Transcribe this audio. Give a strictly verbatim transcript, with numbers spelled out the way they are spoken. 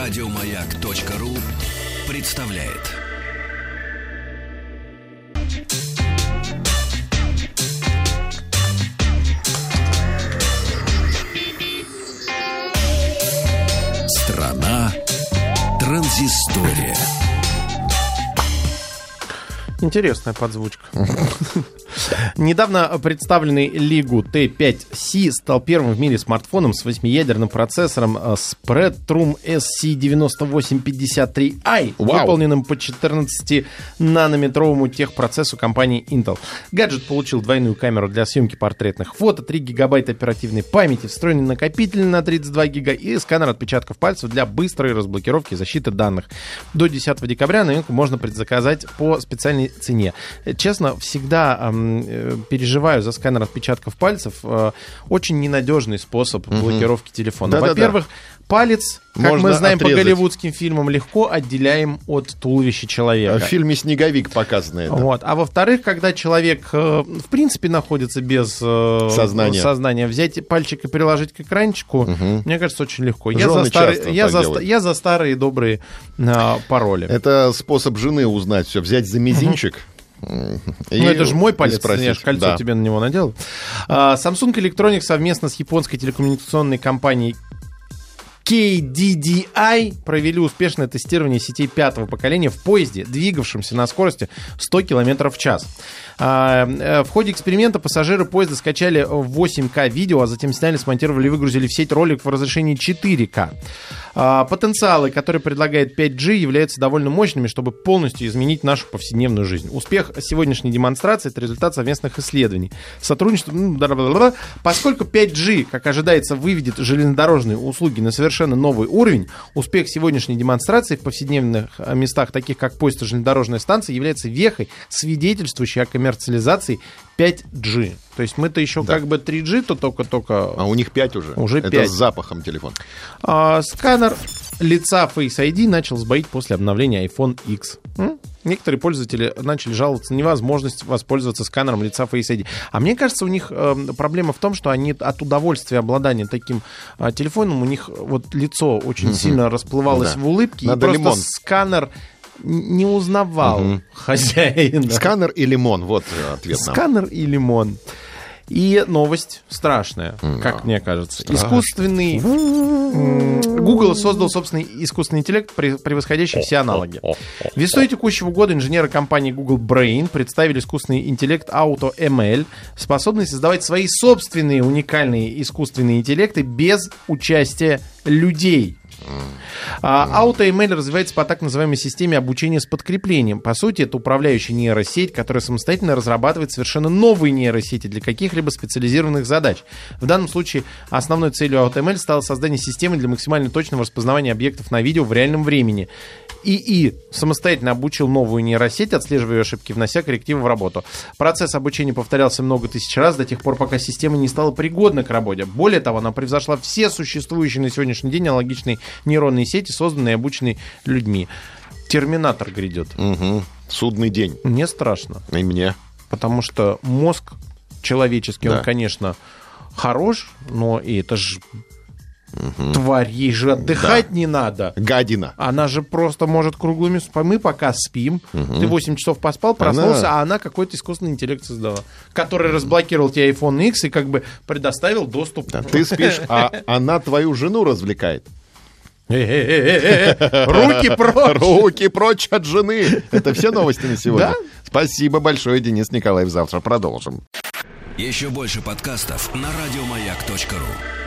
Радиомаяк.ру представляет. Страна транзистория. Интересная подзвучка. Недавно представленный Лигу ти пять си стал первым в мире смартфоном с восьмиядерным процессором Spreadtrum эс си девяносто восемь пятьдесят три ай, выполненным по четырнадцатинанометровому техпроцессу компании Intel. Гаджет получил двойную камеру для съемки портретных фото, три гигабайта оперативной памяти, встроенный накопитель на тридцать два гига и сканер отпечатков пальцев для быстрой разблокировки и защиты данных. До десятого декабря новинку можно предзаказать по специальной цене. Честно, всегда эм, переживаю за сканер отпечатков пальцев. Э, очень ненадежный способ угу. блокировки телефона. Да-да-да. Во-первых, палец, как можно мы знаем отрезать. по голливудским фильмам, легко отделяем от туловища человека. В фильме «Снеговик» показано это. Вот. А во-вторых, когда человек, э, в принципе, находится без э, сознания. сознания, взять пальчик и приложить к экранчику, угу. мне кажется, очень легко. Я за, старые, я, за, я за старые добрые э, пароли. Это способ жены узнать все. Взять за мизинчик. Ну, это же мой палец, я же кольцо да. тебе на него надел. А, Samsung Electronics совместно с японской телекоммуникационной компанией кей ди ди ай провели успешное тестирование сетей пятого поколения в поезде, двигавшемся на скорости сто километров в час. В ходе эксперимента пассажиры поезда скачали восемь ка видео, а затем сняли, смонтировали и выгрузили в сеть ролик в разрешении четыре ка. Потенциалы, которые предлагает пять джи, являются довольно мощными, чтобы полностью изменить нашу повседневную жизнь. Успех сегодняшней демонстрации — это результат совместных исследований. Сотрудничество... Поскольку пять джи, как ожидается, выведет железнодорожные услуги на совершенно новый уровень, успех сегодняшней демонстрации в повседневных местах, таких как поезд и железнодорожная станция, является вехой, свидетельствующей о коммерциализации пять джи. То есть мы-то еще да. как бы три джи, то только-только... А у них пять уже. Уже это пять. С запахом телефон. А, сканер лица Face ай ди начал сбоить после обновления iPhone X. М? Некоторые пользователи начали жаловаться на невозможность воспользоваться сканером лица Face ай ди. А мне кажется, у них э, проблема в том, что они от удовольствия обладания таким э, телефоном, у них вот лицо очень mm-hmm. сильно расплывалось да. в улыбке. Надо и просто лимон. Сканер не узнавал угу. хозяина. Сканер и лимон, вот ответ нам. Сканер и лимон. И новость страшная, mm, как мне кажется. Страшно. Искусственный... Google создал собственный искусственный интеллект, превосходящий все аналоги. Весной текущего года инженеры компании Google Brain представили искусственный интеллект AutoML, способный создавать свои собственные уникальные искусственные интеллекты без участия людей. AutoML развивается по так называемой системе обучения с подкреплением. По сути, это управляющая нейросеть, которая самостоятельно разрабатывает совершенно новые нейросети для каких-либо специализированных задач. В данном случае основной целью AutoML стало создание системы для максимально точного распознавания объектов на видео в реальном времени. ИИ самостоятельно обучил новую нейросеть, отслеживая ее ошибки, внося коррективы в работу. Процесс обучения повторялся много тысяч раз до тех пор, пока система не стала пригодна к работе. Более того, она превзошла все существующие на сегодняшний день аналогичные нейронные сети, созданные и обученные людьми. Терминатор грядет. Угу. Судный день. Мне страшно. И мне. Потому что мозг человеческий, да. он, конечно, хорош, но и это же угу. тварь, ей же отдыхать да. не надо. Гадина. Она же просто может круглыми... Мы пока спим, угу. ты восемь часов поспал, проснулся, она... а она какой-то искусственный интеллект создала, который разблокировал тебе iPhone X и как бы предоставил доступ. Да, ты спишь, а она твою жену развлекает. Руки прочь! Руки прочь от жены! Это все новости на сегодня. Да? Спасибо большое, Денис Николаев. Завтра продолжим. Еще больше подкастов на радиомаяк точка ру.